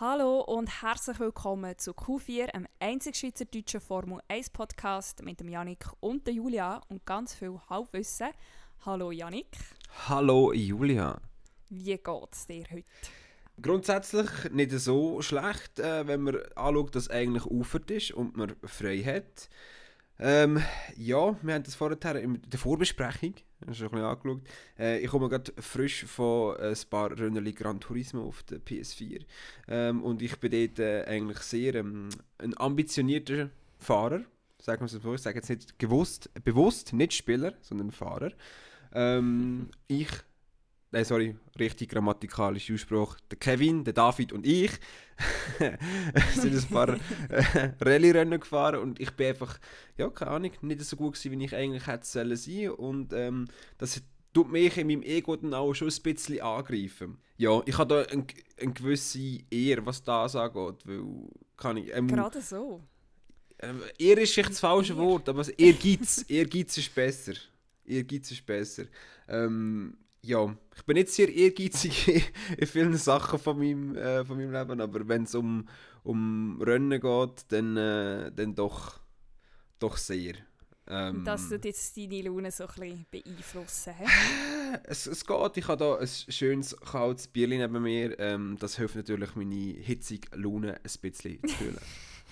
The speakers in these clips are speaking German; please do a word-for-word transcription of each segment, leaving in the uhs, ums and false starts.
Hallo und herzlich willkommen zu Q vier, einem einzig schweizerdeutschen Formel eins Podcast mit dem Yannick und der Julia und ganz viel Halbwissen. Hallo Yannick. Hallo Julia. Wie geht's dir heute? Grundsätzlich nicht so schlecht, äh, wenn man anschaut, dass es eigentlich aufhört ist und man frei hat. Ähm, ja, wir haben das vorher in der Vorbesprechung schon ein bisschen angeschaut. Äh, ich komme gerade frisch von ein paar Rennen Gran Turismo auf der P S vier. Ähm, und ich bin dort äh, eigentlich sehr ähm, ein ambitionierter Fahrer. Sagen wir es so, ich sage jetzt nicht gewusst, bewusst, nicht Spieler, sondern Fahrer. Ähm, ich Nein, sorry, richtig grammatikalischer Ausspruch. Der Kevin, der David und ich sind ein paar äh, Rallye-Rennen gefahren und ich bin einfach, ja, keine Ahnung, nicht so gut gewesen, wie ich eigentlich hätte sollen sein. Und ähm, das tut mich in meinem Ego dann auch schon ein bisschen angreifen. Ja, ich habe da eine, eine gewisse Ehre, was das angeht, weil, kann ich... Ähm, Gerade so. Ähm, Ehre ist echt das falsche Wort, aber Ehrgeiz, Ehrgeiz ist besser. Ehrgeiz ist besser. Ähm, ja, ich bin jetzt sehr ehrgeizig in, in vielen Sachen von meinem, äh, von meinem Leben, aber wenn es um, um Rennen geht, dann, äh, dann doch, doch sehr. Ähm, Dass du jetzt deine Laune so ein bisschen beeinflussen hast. es, es geht, ich habe hier ein schönes, kaltes Bierchen neben mir. Ähm, das hilft natürlich, meine hitzige Laune ein bisschen zu kühlen.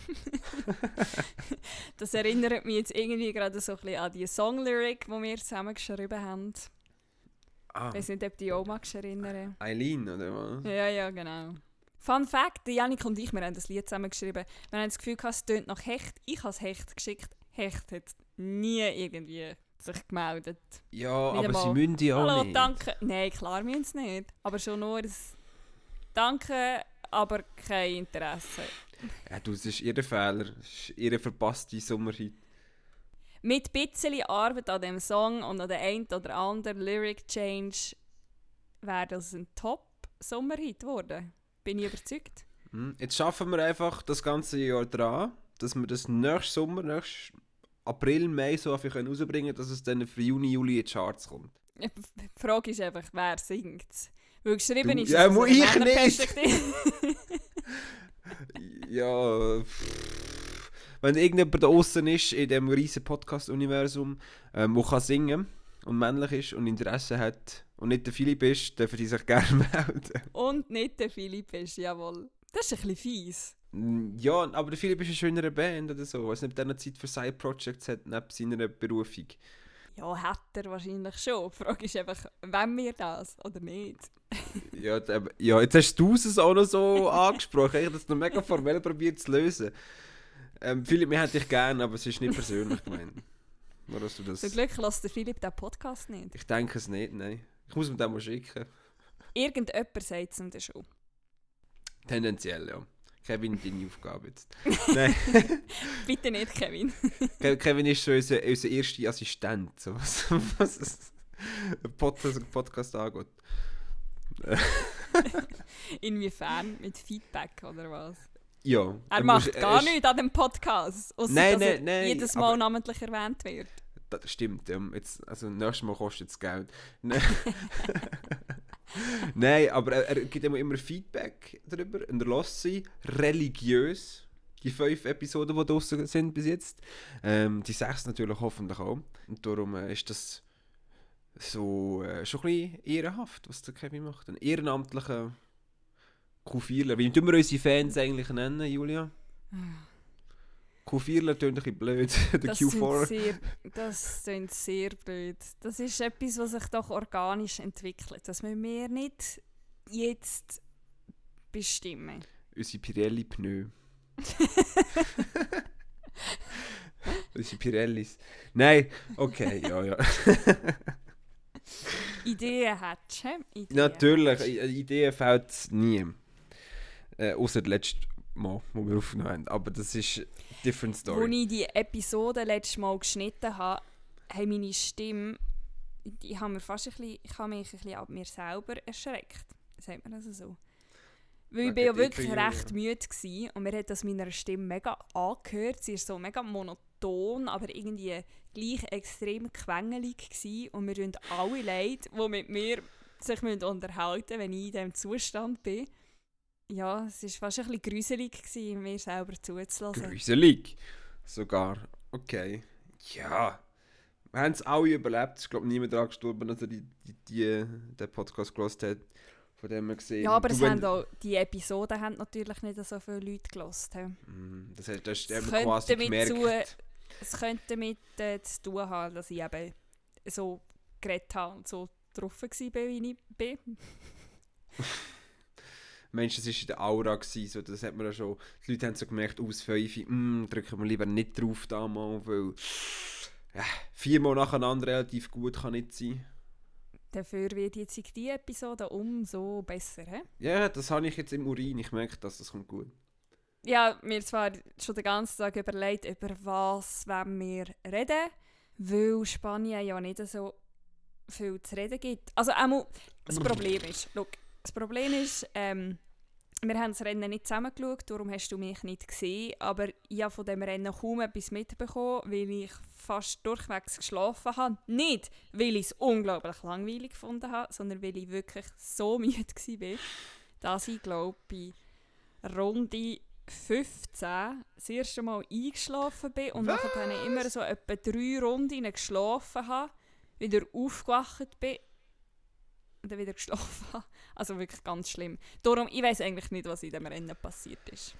Das erinnert mich jetzt irgendwie gerade so ein bisschen an die Songlyric, die wir zusammen geschrieben haben. Ah. Ich weiß nicht, ob du dich auch magst erinnern. Eileen, oder was? Ja, ja, genau. Fun Fact, Yannick und ich, wir haben das Lied zusammen geschrieben. Wir haben das Gefühl, es tönt nach Hecht. Ich habe es Hecht geschickt. Hecht hat nie irgendwie sich gemeldet. Ja, Nicht aber einmal, sie müssen ja auch Hallo, nicht. danke. Nein, klar müssen sie nicht. Aber schon nur ein Danke, aber kein Interesse. Ja, du, das ist ihr Fehler. Das ist ihre verpasste Sommerhit. Mit ein bisschen Arbeit an dem Song und an der einen oder anderen Lyric-Change wäre das ein Top-Sommerhit geworden. Bin ich überzeugt. Hm. Jetzt schaffen wir einfach das ganze Jahr dran, dass wir das nächsten Sommer, nächsten April, Mai so einfach rausbringen können, dass es dann für Juni, Juli in die Charts kommt. Die Frage ist einfach, wer singt es? Weil geschrieben Du, ist ja, es aus muss einer ich nicht. Männerperspektive. Ja, pff. Wenn irgendjemand da außen ist in diesem riesen Podcast-Universum, ähm, der kann singen und männlich ist und Interesse hat und nicht der Philipp ist, dürfen die sich gerne melden. Und nicht der Philipp ist, jawohl. Das ist ein bisschen fies. Ja, aber der Philipp ist eine schönere Band oder so, was nicht in dieser Zeit für Side-Projects hat, neben seiner Berufung. Ja, hat er wahrscheinlich schon. Die Frage ist einfach, wollen wir das oder nicht? Ja, d- ja, jetzt hast du es auch noch so angesprochen. Ich habe das noch mega formell probiert zu lösen. Ähm, Philipp, wir hätten dich gerne, aber es ist nicht persönlich gemeint. Nur, dass du das... Zum Glück lässt der Philipp den Podcast nicht. Ich denke es nicht, nein. Ich muss ihm den mal schicken. Irgendjemand sagt es ihm dann schon. Tendenziell, ja. Kevin, deine Aufgabe jetzt. Nein. Bitte nicht, Kevin. Ke- Kevin ist schon unser, unser erster Assistent, so was, was es Podcast, Podcast angeht. Inwiefern? Mit Feedback oder was? Ja. Er muss- macht er gar ist- nichts an dem Podcast, ausser Nein, dass er nein, nein, jedes Mal aber- namentlich erwähnt wird. Das stimmt, ja. Jetzt, also nächstes Mal kostet es Geld. Nein. Nein, aber er, er gibt immer, immer Feedback darüber und er lässt sie religiös, die fünf Episoden, die draussen sind bis jetzt. Ähm, die sechs natürlich hoffentlich auch. Und darum äh, ist das so äh, schon ein bisschen ehrenhaft, was der Kevin macht. Ein ehrenamtlicher Q vierler. Wie tun wir unsere Fans eigentlich nennen, Julia? Q vierler tönt ein bisschen blöd. Der Das Q sind vier. sehr, das sind sehr blöd. Das ist etwas, was sich doch organisch entwickelt. Das müssen wir nicht jetzt bestimmen. Unsere Pirelli-Pneu. Unsere Pirellis. Nein, okay, ja, ja. Ideen hättest du, hä? Ideen Natürlich, hättest. I- Ideen fehlt nie. Äh, Außer das letzte Mal, wo wir aufgenommen haben. Aber das ist eine different Als story. ich die Episode letztes Mal geschnitten habe, habe meine Stimme, ich habe, mir fast ein bisschen, ich habe mich ein bisschen ab mir selber erschreckt. Sagt man das so? Weil ich bin ja Wegen wirklich Interview, recht müde war und mir hat das meiner Stimme mega angehört. Sie ist so mega monoton, aber irgendwie gleich extrem quengelig gewesen. Und mir tun alle leid, die mit mir sich unterhalten müssen, wenn ich in diesem Zustand bin. ja, es war fast ein bisschen gruselig, gewesen, mir selber zuzulassen. Gruselig? Sogar. Okay. Ja. Wir haben es alle überlebt. Es ist, glaube ich, niemand daran gestorben, dass er die, die, die, den Podcast gehört hat. Von dem wir gesehen. Ja, aber du, es wenn, haben auch, die Episoden haben natürlich nicht so viele Leute gehört. Mm, Das heißt, das ist Es eben könnte quasi damit gemerkt. zu- Es könnte damit äh, zu tun haben, dass ich eben so geredet habe und so drauf war, wie ich bin. Mensch, das war in der Aura. Gewesen, so, das hat man ja schon. Die Leute haben so gemerkt, aus fünf, mm, drücken wir lieber nicht drauf damals, weil ja, viermal nacheinander relativ gut kann nicht sein. Dafür wird jetzt die Episode umso besser. He? Ja, das habe ich jetzt im Urin. Ich merke, dass das kommt gut. Ja, mir zwar schon den ganzen Tag überlegt, über was wollen wir reden, weil Spanien ja nicht so viel zu reden gibt. Also einmal, das Problem ist, schau, das Problem ist, ähm, wir haben das Rennen nicht zusammen geschaut, darum hast du mich nicht gesehen, aber ich habe von dem Rennen kaum etwas mitbekommen, weil ich fast durchwegs geschlafen habe. Nicht, weil ich es unglaublich langweilig gefunden habe, sondern weil ich wirklich so müde war, dass ich, glaube ich, Runde fünfzehn das erste Mal eingeschlafen bin und Was? nachher dann immer so etwa drei Runden geschlafen habe, wieder aufgewacht bin und dann wieder geschlafen habe. Also wirklich ganz schlimm. Darum, ich weiss eigentlich nicht, was in diesem Rennen passiert ist.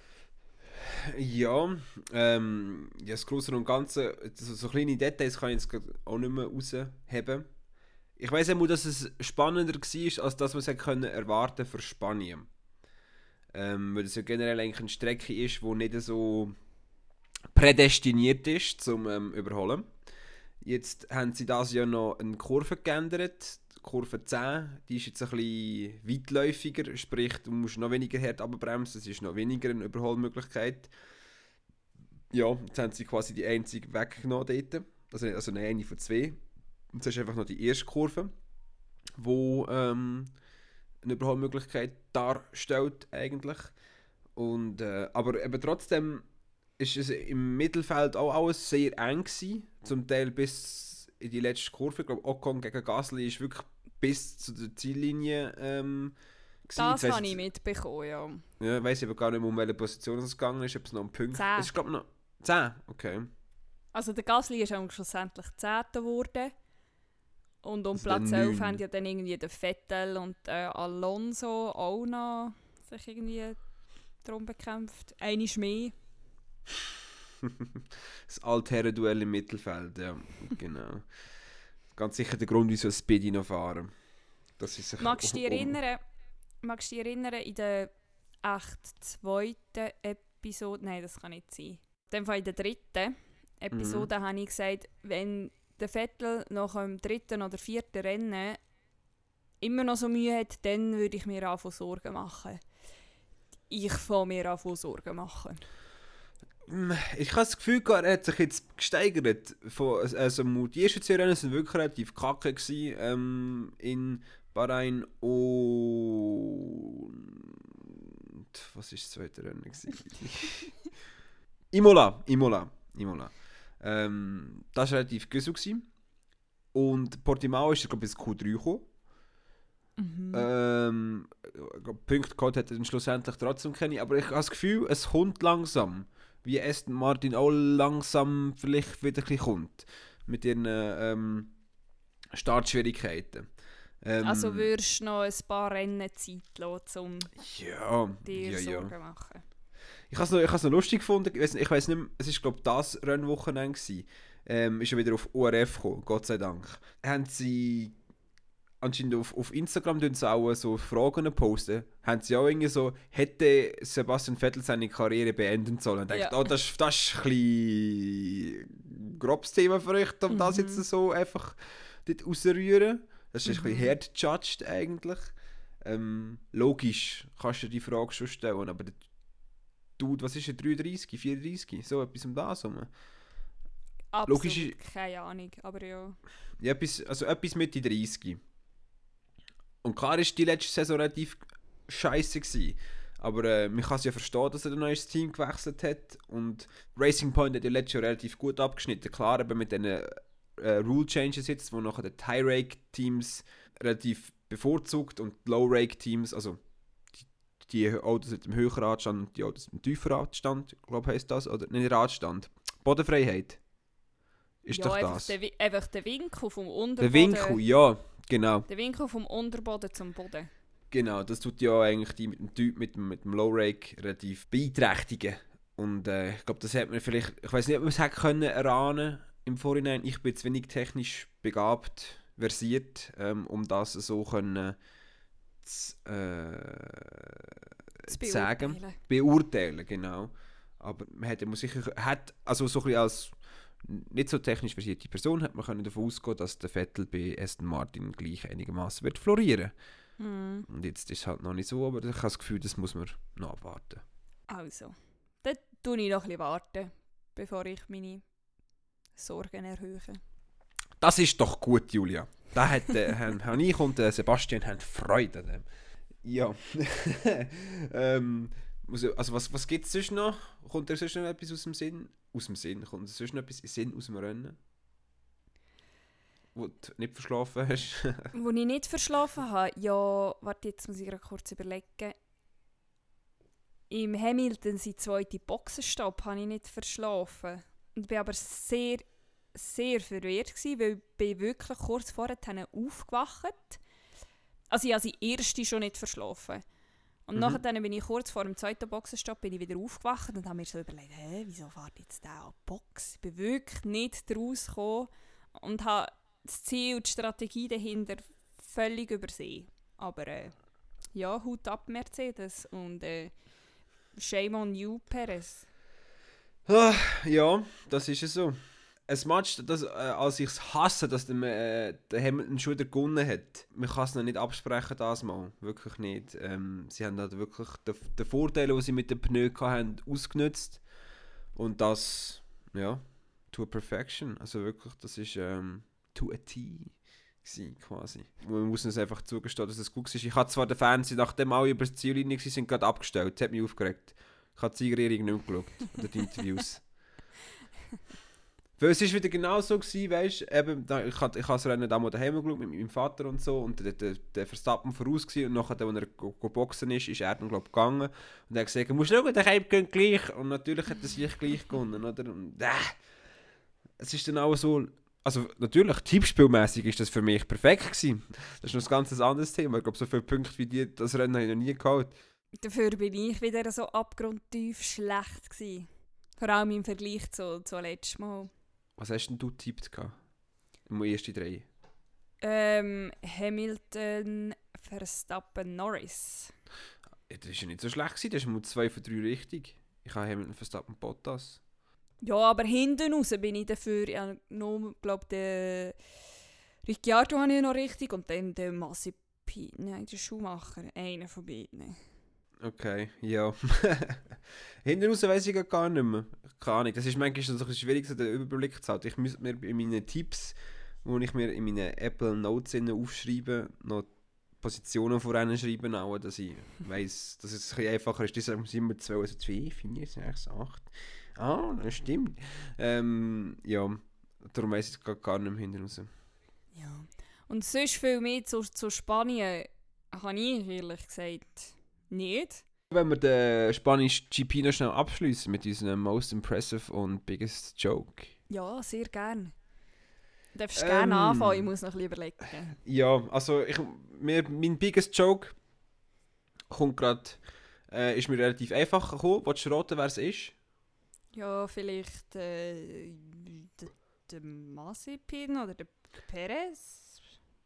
Ja, ähm, ja, das Große und Ganze, so, so kleine Details kann ich jetzt grad auch nicht mehr rausheben. Ich weiss auch, dass es spannender war, als das, was wir können erwarten für Spanien. Ähm, weil es ja generell eigentlich eine Strecke ist, die nicht so prädestiniert ist zum ähm, Überholen. Jetzt haben sie das ja noch eine Kurve geändert. Die Kurve zehn, die ist jetzt ein bisschen weitläufiger, sprich du musst noch weniger hart abbremsen, es ist noch weniger eine Überholmöglichkeit. Ja, jetzt haben sie quasi die einzige weggenommen dort, also, also eine von zwei. Und das ist einfach noch die erste Kurve, die ähm, eine Überholmöglichkeit darstellt eigentlich. Und, äh, aber eben trotzdem ist es im Mittelfeld auch alles sehr eng gewesen, zum Teil bis in die letzte Kurve. Ich glaube, Ocon gegen Gasly ist wirklich bis zu der Ziellinie ähm, Das gewesen. habe ich mitbekommen, ja. Ja, ich weiss aber gar nicht mehr, um welche Position es gegangen ist, ob es noch ein Punkt Zehn. Es ist, glaube ich, noch zehn, okay. Also der Gasly ist auch schlussendlich Zehnter geworden. Und um Also Platz der elf neun. haben ja dann irgendwie der Vettel und äh, Alonso auch noch sich irgendwie darum bekämpft. Eine mehr. Das Altherren-Duell im Mittelfeld, ja, genau. Ganz sicher der Grund, wieso Speedy noch fahren. Das ist sich Magst du dich um- erinnern, magst du dich erinnern, in der echt zweiten Episode, nein, das kann nicht sein. In dem Fall in der dritten Episode Mhm. habe ich gesagt, wenn der Vettel nach dem dritten oder vierten Rennen immer noch so Mühe hat, dann würde ich mir anfangen Sorgen machen. Ich fange mir an Sorgen machen. Ich habe das Gefühl, gehabt, er hat sich jetzt gesteigert. Von, also die ersten zwei Rennen waren wirklich relativ kacke gewesen, ähm, in Bahrain und... Was war das zweite Rennen? gewesen? Imola, Imola, Imola. Ähm, das war relativ güssel gewesen. Und Portimao ist, glaube ich, bis Q drei gekommen. Mhm. Ähm, Punkte gehabt hat er dann schlussendlich trotzdem keine. Aber ich habe das Gefühl, es kommt langsam. Wie Aston Martin auch langsam vielleicht wieder ein bisschen kommt. Mit ihren ähm, Startschwierigkeiten. Ähm, Also würdest du noch ein paar Rennen Zeit lassen, um ja, dir ja, ja. Sorgen zu machen? Ich habe es noch, ich has noch lustig gefunden. Ich weiß, ich weiss nicht mehr, es war glaube ich das Rennwochenende gewesen. Ähm, ist ja wieder auf O R F gekommen, Gott sei Dank. Haben sie anscheinend auf, auf Instagram tun sie auch so Fragen posten. Haben sie auch irgendwie so, hätte Sebastian Vettel seine Karriere beenden sollen? Und Ja. denkt, oh, das, das ist ein bisschen grobes Thema für euch, um das Mhm. jetzt so einfach dort rauszurühren. Das ist Mhm. ein bisschen hart judged eigentlich. Ähm, logisch kannst du dir die Frage schon stellen, aber der Dude, was ist er, dreiunddreißig, vierunddreißig? So etwas um das herum. Absolut Logisch ist- keine Ahnung, aber ja. Ja, etwas, also etwas Mitte dreißig. Und klar war die letzte Saison relativ scheiße gewesen. Aber äh, man kann es ja verstehen, dass er ein neues Team gewechselt hat. Und Racing Point hat ja letztes Jahr relativ gut abgeschnitten. Klar, aber mit den äh, Rule Changes jetzt, wo nachher die High-Rake-Teams relativ bevorzugt und die Low-Rake-Teams, also die, die Autos mit dem höheren Radstand und die Autos mit dem tieferen Radstand, glaube ich, heisst das, oder nicht Radstand. Bodenfreiheit. Ist ja, doch einfach das. Der, einfach der Winkel vom Unterboden. Der Winkel, ja, genau. Der Winkel vom Unterboden zum Boden. Genau, das tut ja eigentlich die mit dem Typ, mit dem, mit dem Low-Rake relativ beeinträchtigen. Und äh, ich glaube, das hätte man vielleicht, ich weiß nicht, ob man es hätte können erahnen im Vorhinein. Ich bin zu wenig technisch begabt, versiert, ähm, um das so können zu, äh, Zu zu sagen. beurteilen. Beurteilen, genau. Aber man hätte muss sicher, hat, also so ein bisschen als nicht so technisch versierte Person, hat man können davon ausgehen, dass der Vettel bei Aston Martin gleich einigermaßen wird florieren. Hm. Und jetzt ist es halt noch nicht so, aber ich habe das Gefühl, das muss man noch abwarten. Also, dann tue ich noch ein bisschen warten, bevor ich meine Sorgen erhöhe. Das ist doch gut, Julia. Da hat äh, Herr, Herr ich und äh, Sebastian haben Freude an dem. Ja. ähm, muss ich- also was, was gibt es sonst noch? Kommt dir sonst noch etwas aus dem Sinn? Aus dem Sinn? Kommt dir sonst noch etwas in den Sinn aus dem Rennen? Wo du nicht verschlafen hast? Wo ich nicht verschlafen habe, ja, warte, jetzt muss ich gerade kurz überlegen. Im Hamilton, sein zweiter Boxenstopp, habe ich nicht verschlafen. Und bin aber sehr, sehr verwirrt gewesen, weil ich bin wirklich kurz vorher aufgewacht. Also ich habe die erste schon nicht verschlafen. Und Mhm. nachher dann bin ich kurz vor dem zweiten Boxenstopp bin ich wieder aufgewacht und habe mir so überlegt, hä, wieso fährt jetzt der an die Box? Ich bin wirklich nicht daraus gekommen und habe das Ziel und die Strategie dahinter völlig übersehen. Aber äh, ja, Hut ab Mercedes und äh, shame on you, Perez. Ah, ja, das ist es so. Ein Match, das, äh, als ich es hasse, dass der, äh, der Hamilton schon wieder gewonnen hat. Man kann es noch nicht absprechen, das Mal. Wirklich nicht. Ähm, sie haben halt wirklich den, den Vorteil, den sie mit den Pneus hatten, ausgenutzt. Und das, ja, to a perfection. Also wirklich, das ist ähm, to a T gewesen, quasi. Man muss uns einfach zugestehen, dass es gut war. Ich habe zwar den Fernseher, nachdem alle über die Ziellinie waren, gerade abgestellt. Das hat mich aufgeregt. Ich habe die Siegerehrung nicht mehr geschaut, oder die Interviews. Weil es war wieder genau so, weißt du, ich habe ich das Rennen damals daheim geschaut mit meinem Vater und so und der, der, der Verstappen voraus gewesen, und nachher, als er go, go boxen ist, ist er dann, glaube ich, gegangen und er hat gesagt, du musst schauen, der Keim geht gleich, und natürlich hat er sich gleich gewonnen, oder? Und, äh, es ist dann auch so, also natürlich, tippspielmäßig ist das für mich perfekt gewesen. Das ist noch ein ganz anderes Thema, ich glaube, so viele Punkte wie die, das Rennen habe ich noch nie gehabt. Dafür bin ich wieder so abgrundtief schlecht gewesen. Vor allem im Vergleich zu, zu letztes Mal. Was hast denn du getippt gehabt? Im ersten drei? Ähm, Hamilton, Verstappen, Norris. Ja, das war ja nicht so schlecht gewesen, das ist mal zwei von drei richtig. Ich habe Hamilton, Verstappen, Bottas. Ja, aber hinten raus bin ich dafür, ja, nur, glaube den Ricciardo habe ich noch richtig und dann den Mazepin, nein, der Schumacher, einer von beiden. Okay, ja. Hinten raus weiss ich gar nicht mehr. Keine Ahnung, das ist manchmal so ein bisschen schwierig, so den Überblick zu halten. Ich müsste mir in meinen Tipps, wo ich mir in meinen Apple Notes aufschreibe, noch Positionen voran schreiben, auch, dass ich weiss, dass es ein bisschen einfacher ist. Deshalb sind wir zwei, also zwei, vier, sechs, acht. Ah, das stimmt. Ähm, ja, darum weiss ich gar, gar nicht mehr hinten raus. Ja. Und sonst viel mehr zu, zu Spanien habe ich ehrlich gesagt nicht. Wenn wir den spanischen G P noch schnell abschließen mit unserem Most Impressive und Biggest Joke. Ja, sehr gerne. Du darfst Ähm, gerne anfangen, ich muss noch ein bisschen überlegen. Ja, also ich, mir, mein Biggest Joke kommt gerade, äh, ist mir relativ einfach gekommen. Willst du raten, wer es ist? Ja, vielleicht äh, der, der Mazepin oder der Perez.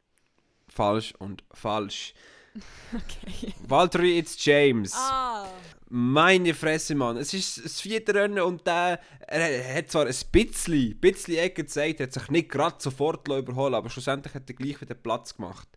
Falsch und falsch. Okay. Valtteri, it's James. Ah! Meine Fresse, Mann. Es ist das vierte Rennen und der, er hat zwar ein bisschen, bisschen Ecke gezeigt, hat sich nicht gerade sofort überholen, aber schlussendlich hat er gleich wieder Platz gemacht.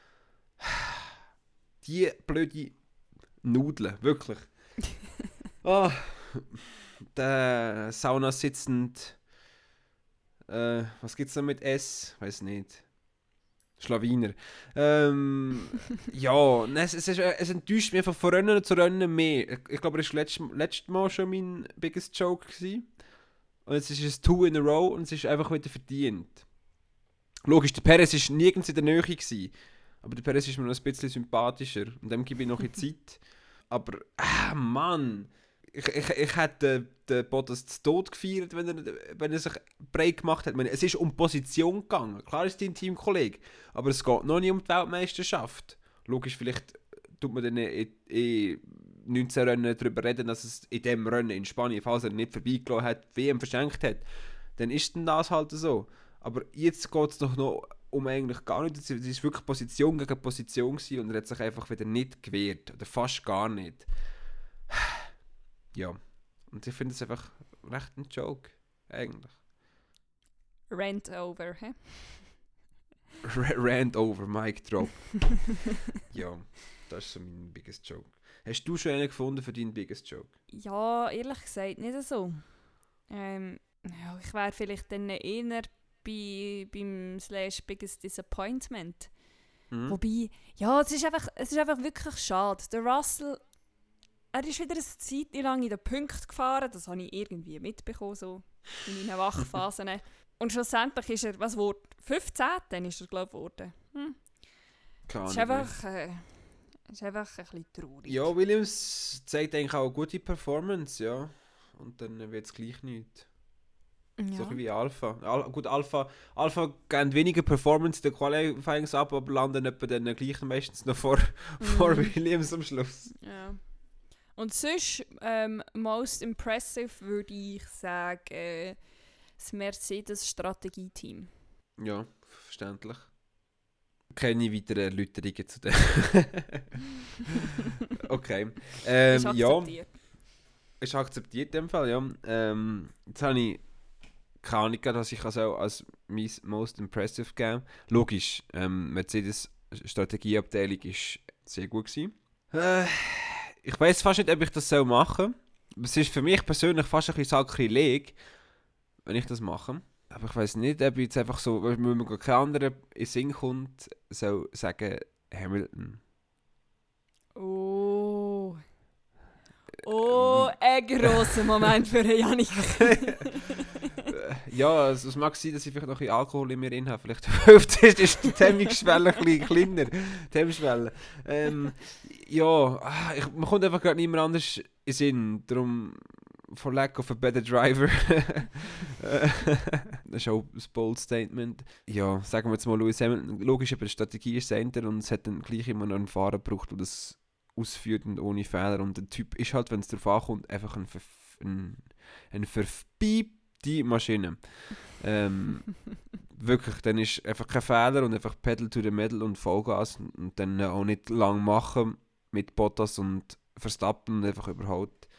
Die blöde Nudeln, wirklich. Oh, der Sauna sitzend. Äh, was gibt's da mit S? Weiß nicht. Schlawiner. Ähm, ja, es, es, ist, es enttäuscht mich einfach von Rennen zu Rennen mehr. Ich, ich glaube, das war letztes, letztes Mal schon mein biggest Joke gewesen. Und jetzt ist es two in a row und es ist einfach wieder verdient. Logisch, der Perez war nirgends in der Nähe gewesen, aber der Perez ist mir noch ein bisschen sympathischer und dem gebe ich noch ein Zeit. Aber, ah, Mann! Ich, ich, ich hätte den, den Bottas zu Tod gefeiert, wenn er, wenn er sich breit gemacht hat. Ich meine, es ist um Position gegangen. Klar ist dein Teamkollege, aber es geht noch nicht um die Weltmeisterschaft. Logisch, vielleicht tut man dann in, in neunzehn Rennen darüber reden, dass es in dem Rennen in Spanien, falls er nicht vorbeigelassen hat, W M verschenkt hat. Dann ist denn das halt so. Aber jetzt geht es doch noch um eigentlich gar nicht. Es war wirklich Position gegen Position gewesen und er hat sich einfach wieder nicht gewehrt. Oder fast gar nicht. Ja. Und ich finde es einfach recht ein Joke. Eigentlich. Rant over, hä? Rant over, Mic drop. Ja, das ist so mein biggest joke. Hast du schon einen gefunden für deinen biggest joke? Ja, ehrlich gesagt nicht so. Ähm, ja, ich wäre vielleicht dann eher bei, beim Slash Biggest Disappointment. Mhm. Wobei, ja, es ist, einfach, es ist einfach wirklich schade. Der Russell, er ist wieder eine Zeit lang in den Punkten gefahren, das habe ich irgendwie mitbekommen, so in meinen Wachphasen. Und schlussendlich ist er, was wurde? fünfzehn ist er, glaube ich, geworden. Hm. Keine ist, Ahnung. einfach, äh, ist einfach ein bisschen traurig. Ja, Williams zeigt eigentlich auch eine gute Performance, ja. Und dann wird es gleich nicht. Ja. So ein bisschen wie Alpha. Al- gut, Alpha, Alpha geben weniger Performance in den Qualifyings ab, aber landen etwa dann gleich meistens noch vor, Mhm. vor Williams am Schluss. Ja. Und sonst, ähm, most impressive würde ich sagen, äh, das Mercedes-Strategie-Team. Ja, verständlich. Keine weiteren Erläuterungen zu dem. Okay. Ähm, Ist ja, akzeptiert. ist akzeptiert in dem Fall, ja. Ähm, jetzt habe ich keine Ahnung, dass ich also als mein Most Impressive geben. Logisch, ähm, Mercedes Strategieabteilung war sehr gut gewesen. Äh, ich weiß fast nicht, ob ich das machen soll. Es ist für mich persönlich fast ein bisschen Sakrileg, wenn ich das mache. Aber ich weiß nicht, ob ich jetzt einfach so, wenn mir gar kein anderer in den Sinn kommt, soll sagen Hamilton. Oh. Oh, ein grosser Moment für Janik. Ja, es, es mag sein, dass ich vielleicht noch ein bisschen Alkohol in mir drin habe. Vielleicht hilft es, ist die Hemmungsschwelle ein bisschen kleiner. Die Hemmungsschwelle. Ähm, ja, ah, ich, man kommt einfach gerade niemand anders in den Sinn. Darum, for lack of a better driver. Das ist auch ein bold Statement. Ja, sagen wir jetzt mal Lewis Hamilton. Logisch, aber die Strategie ist Center und es hat dann gleich immer noch einen Fahrer gebraucht, der das ausführt und ohne Fehler. Und der Typ ist halt, wenn es darauf ankommt, einfach ein, Verf ein, ein verpiepte Maschine. Ähm, wirklich, dann ist einfach kein Fehler und einfach Pedal to the Metal und Vollgas und, und dann auch nicht lang machen mit Bottas und Verstappen und einfach überhaupt.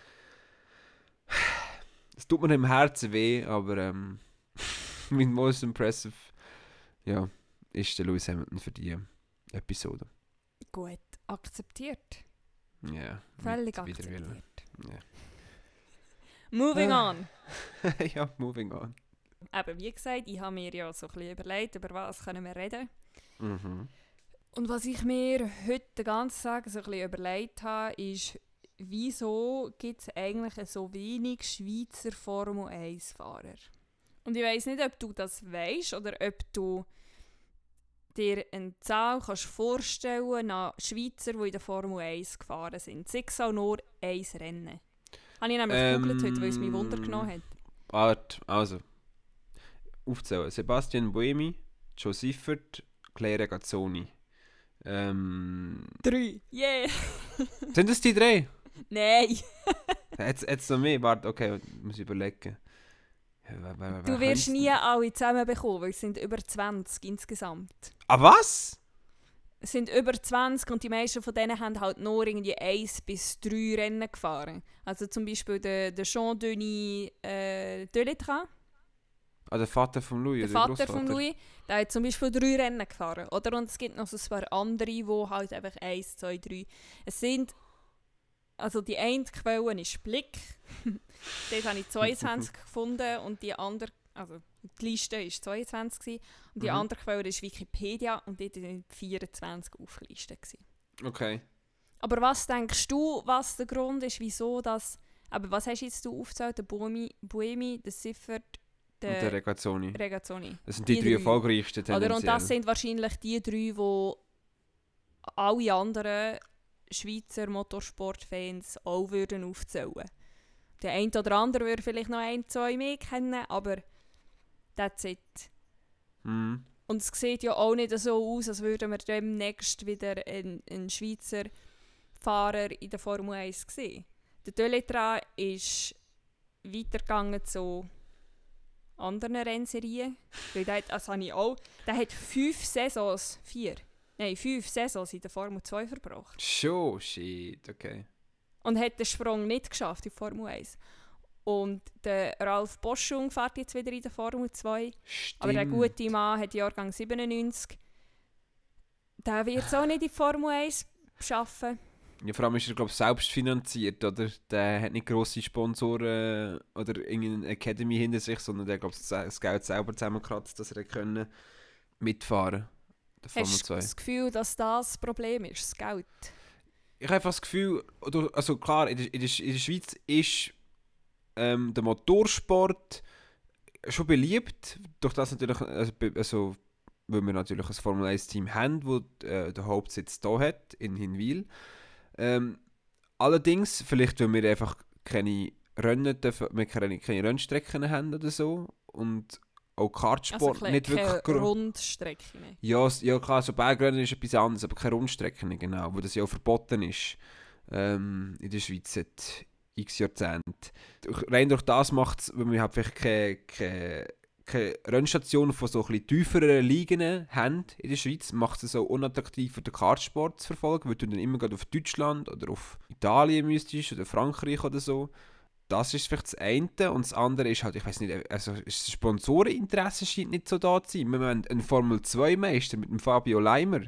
Es tut mir im Herzen weh, aber ähm, mein most impressive ja, ist der Lewis Hamilton für die Episode. Gut, akzeptiert. Ja, Völlig mit Widerwillen. akzeptiert. Ja. Moving Ah. on. Ja, moving on. Eben, wie gesagt, ich habe mir ja so ein bisschen überlegt, über was können wir reden. Mhm. Und was ich mir heute den ganzen Tag so ein bisschen überlegt habe, ist, wieso gibt es eigentlich so wenig Schweizer Formel eins Fahrer? Und ich weiss nicht, ob du das weisst oder ob du dir eine Zahl kannst vorstellen an Schweizer, die in der Formel eins gefahren sind. Sei es auch nur ein Rennen. Habe ich nämlich Ähm, gegoogelt heute, weil es mich Wunder genommen hat. Art, also. Aufzählen. Sebastian Buemi, Joe Siffert, Claire Regazzoni. Ähm, Drei. Yeah! sind das die drei? Nein! Jetzt, jetzt noch mehr? Warte, okay, muss ich überlegen. Ja, wer, wer, wer Du wirst könnte- nie alle zusammen bekommen, weil es sind über zwanzig insgesamt. Ah, was? Es sind über zwanzig und die meisten von denen haben halt nur irgendwie eins bis drei Rennen gefahren. Also zum Beispiel der, der Jean-Denis äh, Deletran, Ah, der Vater von Louis, der oder Vater Grossvater. von Louis, der hat zum Beispiel drei Rennen gefahren. Oder? Und es gibt noch so ein paar andere, die halt einfach eins, zwei, drei. Es sind, also die eine Quelle ist Blick. Dort habe ich zweiundzwanzig gefunden und die andere, also die Liste war zweiundzwanzig gewesen, und die Mhm. andere Quelle ist Wikipedia und dort waren vierundzwanzig aufgelistet gewesen. Okay. Aber was denkst du, was der Grund ist, wieso das... Aber was hast jetzt du aufgezählt? Der Buemi, Buemi, der Siffert, Und der der Regazzoni. Regazzoni. Das sind die, die drei drei. erfolgreichsten Oder? Und das tendenziell. sind wahrscheinlich die drei, die alle anderen Schweizer Motorsportfans auch würden aufzählen. Der eine oder andere würde vielleicht noch ein, zwei mehr kennen, aber that's it. Mhm. Und es sieht ja auch nicht so aus, als würden wir demnächst wieder einen, einen Schweizer Fahrer in der Formel eins sehen. Der Delettra ist weitergegangen zu anderen Rennserien. Weil der, hat, das habe ich auch, der hat fünf Saisons, vier, nein, fünf Saisons in der Formel zwei verbracht. Schon, shit, okay. Und hat den Sprung nicht geschafft in Formel eins. Und der Ralf Boschung fährt jetzt wieder in der Formel zwei. Stimmt. Aber der gute Mann hat Jahrgang siebenundneunzig. Der wird es auch nicht in Formel eins schaffen. Ja, vor allem ist er, glaube ich, selbst finanziert, oder? Der hat nicht grosse Sponsoren oder irgendeine Academy hinter sich, sondern der, glaube ich, das Geld selber zusammengekratzt, dass er können mitfahren kann. Hast du das Gefühl, dass das das Problem ist, das Geld? Ich habe einfach das Gefühl, oder, also klar, in der, in der, in der Schweiz ist ähm, der Motorsport schon beliebt, durch das natürlich, also, also weil wir natürlich ein Formel eins Team haben, das äh, den Hauptsitz hier hat, in Hinwil. Ähm, allerdings, vielleicht weil wir einfach keine Rennen, dürfen, wir keine, keine Rennstrecken haben oder so und auch Kartsport also nicht wirklich... keine Rundstrecken. Ja, ja klar, so Bergrennen ist etwas anderes, aber keine Rundstrecken, genau, wo das ja auch verboten ist ähm, in der Schweiz seit x Jahrzehnten. Rein durch das macht es, weil wir halt vielleicht keine, keine, keine Rennstationen von so ein bisschen tieferen Ligen haben in der Schweiz, macht es so unattraktiv für den Kartsport zu verfolgen, weil du dann immer auf Deutschland oder auf Italien müsstest oder Frankreich oder so. Das ist vielleicht das eine und das andere ist halt, ich weiß nicht, also das Sponsoreninteresse scheint nicht so da zu sein. Wir haben einen Formel zwei Meister mit dem Fabio Leimer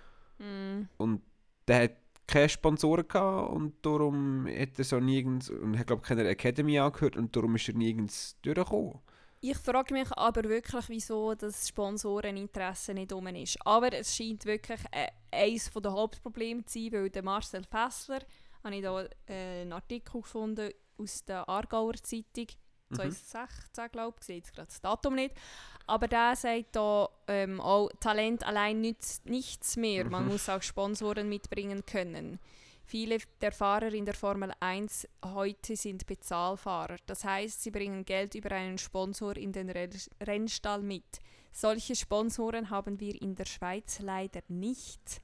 Mm. und der hat keine Sponsoren gehabt und darum hat er so nirgends, und hat glaube ich keine Academy angehört und darum ist er nirgends durchgekommen. Ich frage mich aber wirklich, wieso das Sponsoreninteresse nicht um ist. Aber es scheint wirklich äh, eines der Hauptprobleme zu sein, weil der Marcel Fessler, habe ich da äh, einen Artikel gefunden aus der Aargauer Zeitung, zwanzig sechzehn glaube ich, ich sehe jetzt gerade das Datum nicht. Aber der sagt da ähm, auch, Talent allein nützt nichts mehr, man Mhm. muss auch Sponsoren mitbringen können. Viele der Fahrer in der Formel eins heute sind Bezahlfahrer. Das heißt, sie bringen Geld über einen Sponsor in den Renn- Rennstall mit. Solche Sponsoren haben wir in der Schweiz leider nicht.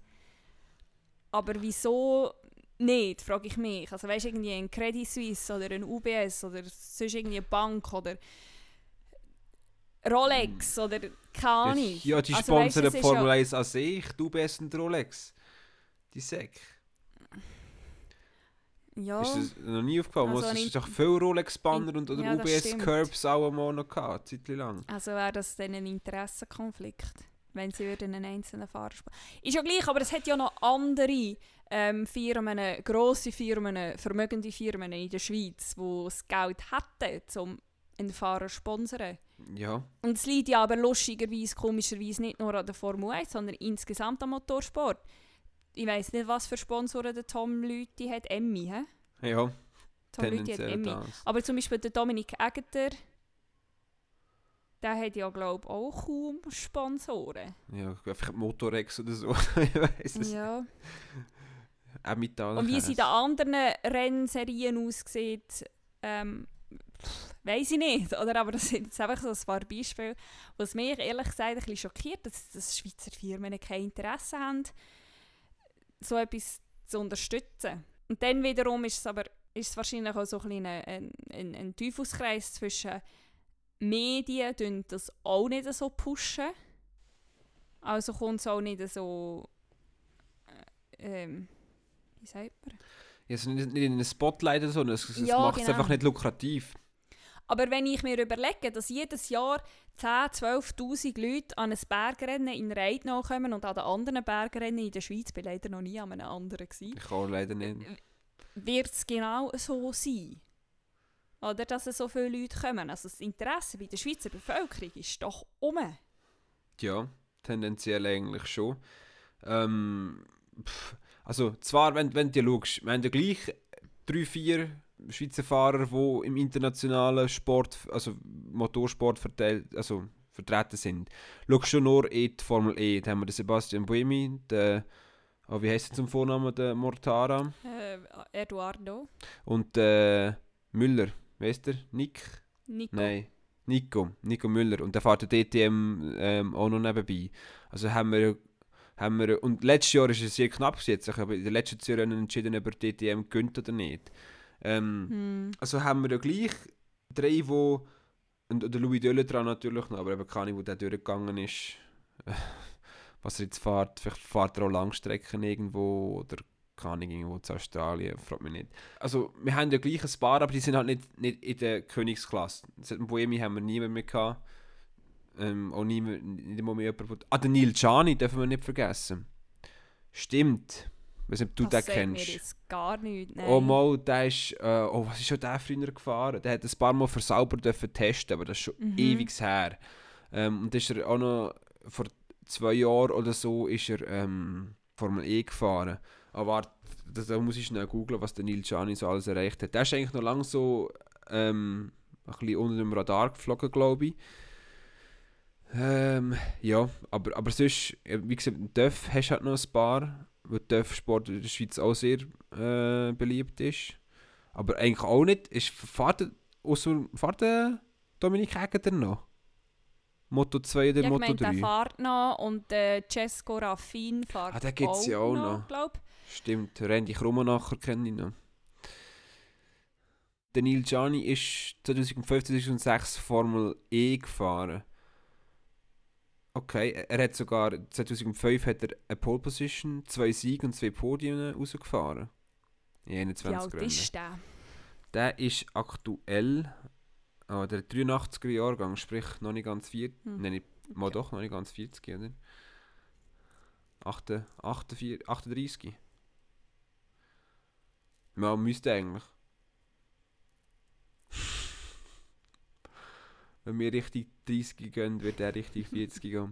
Aber wieso nicht, frage ich mich. Also weißt du, irgendwie ein Credit Suisse oder ein U B S oder sonst irgendwie eine Bank oder Rolex oder keine Ahnung. Ja, die Also, weisst du, sponsern es ist Formel ja- eins an sich, du bist ein Rolex. Die Säck. Ja, Ist das noch nie aufgefallen? Also Also, es in- ist doch viel Rolex-Banner und oder ja, das U B stimmt. S-Curbs auch mal noch gehabt, eine Zeit lang. also wäre das dann ein Interessenkonflikt, wenn sie würden einen einzelnen Fahrer spielen. Ist ja gleich, aber es hat ja noch andere ähm, Firmen, grosse Firmen, vermögende Firmen in der Schweiz, die das Geld hätten, um einen Fahrer zu sponsern. Ja. Und es liegt ja aber lustigerweise, komischerweise nicht nur an der Formel eins, sondern insgesamt am Motorsport. Ich weiss nicht, was für Sponsoren der Tom Lüthi hat. Emmi, hä? Ja, Tom Lüthi hat tendenziell Emmi. das. Aber zum Beispiel der Dominik Egeter, der hat ja, glaube ich, auch kaum Sponsoren. Ja, einfach Motorex oder so. Ich weiss es. Ja. Auch mit da. Und wie es in den anderen Rennserien aussieht, ähm, weiss ich nicht. Oder? Aber das sind jetzt einfach so ein paar Beispiele, was mich ehrlich gesagt ein bisschen schockiert, dass, dass Schweizer Firmen kein Interesse haben, so etwas zu unterstützen. Und dann wiederum ist es aber ist es wahrscheinlich auch so ein, bisschen ein, ein, ein Teufelskreis zwischen Medien, die das auch nicht so pushen. Also kommt es auch nicht so. Äh, ähm, wie sagt man? Ja, also nicht, nicht in einem Spotlight oder so, es, es Ja, macht es genau. einfach nicht lukrativ. Aber wenn ich mir überlege, dass jedes Jahr zehntausend, zwölftausend Leute an ein Bergrennen in Reit nachkommen und an den anderen Bergrennen in der Schweiz, bin leider noch nie an einem anderen gewesen, Ich kann leider nicht. wird es genau so sein. Oder dass so viele Leute kommen. Also das Interesse bei der Schweizer Bevölkerung ist doch um. Ja, tendenziell eigentlich schon. Ähm, pff, also zwar, wenn, wenn du schaust, wir haben ja gleich drei, vier Schweizer Fahrer, die im internationalen Sport, also Motorsport verteilt, also vertreten sind. Schau schon nur in die Formel E. Da haben wir den Sebastian Buemi, den Oh, wie heisst er zum Vornamen, der Mortara? Äh, Eduardo. Und äh, Müller, weißt du? Nick? Nico. Nein, Nico. Nico Müller. Und der fährt der D T M ähm, auch noch nebenbei. Also haben wir, haben wir... Und letztes Jahr ist es sehr knapp gewesen. Ich habe in den letzten zwei Rennen entschieden, ob er D T M gönnt oder nicht. Ähm, Hm. Also haben wir ja gleich drei, die... Und der Louis Döller dran natürlich noch, aber eben keine, wo der durchgegangen ist. Was er jetzt fährt, vielleicht fährt er auch Langstrecken irgendwo oder keine Ahnung, irgendwo zu Australien, fragt mich nicht. Also wir haben ja gleich ein paar, aber die sind halt nicht, nicht in der Königsklasse. Seit dem Boemi haben wir niemanden mehr gehabt. Ähm, auch niemand, nicht mal mehr jemand. Ah, den Neil Gianni dürfen wir nicht vergessen. Stimmt. Ich weiß nicht, ob du das den sagt kennst. mir jetzt gar nichts. Nein. Oh mal, der ist, äh, oh, was ist schon der früher gefahren? Der hat ein paar Mal für Sauber dürfen testen, aber das ist schon Mhm. ewig her. Ähm, und ist er auch noch, vor zwei Jahren oder so, ist er ähm, Formel E gefahren. Aber warte, da, da muss ich schnell googlen, was der Neil Gianni so alles erreicht hat. Der ist eigentlich noch lange so ähm, ein bisschen unter dem Radar geflogen, glaube ich. Ähm, ja, aber, aber sonst, wie gesagt, im D Ö F hast du halt noch ein paar, weil der D Ö F-Sport in der Schweiz auch sehr äh, beliebt ist. Aber eigentlich auch nicht. Ist, fährt, der- ausser, fährt der Dominik Egger noch? Moto zwei oder Ja, ich Moto meine, der drei? fährt noch und äh, Cesco Raffin fährt Ah, den gibt's ja auch noch. glaub. Stimmt, Randy Krummenacher kenne ich noch. Der Neil Gianni ist zweitausendfünf, zweitausendsechs Formel E gefahren. Okay, er hat sogar zweitausendfünf hat er eine Pole Position, zwei Siege und zwei Podien rausgefahren. In Wie einundzwanzig alt Rennen. ist der? Der ist aktuell, oh, der dreiundachtziger Jahrgang, sprich noch nicht ganz vierzig. Hm. Nein, nicht, mal Okay. doch, noch nicht ganz vierzig, oder? achtundvierzig, achtunddreißig. Ja, müsste eigentlich. Wenn wir richtig dreißig gehen, wird er richtig vierzig gehen.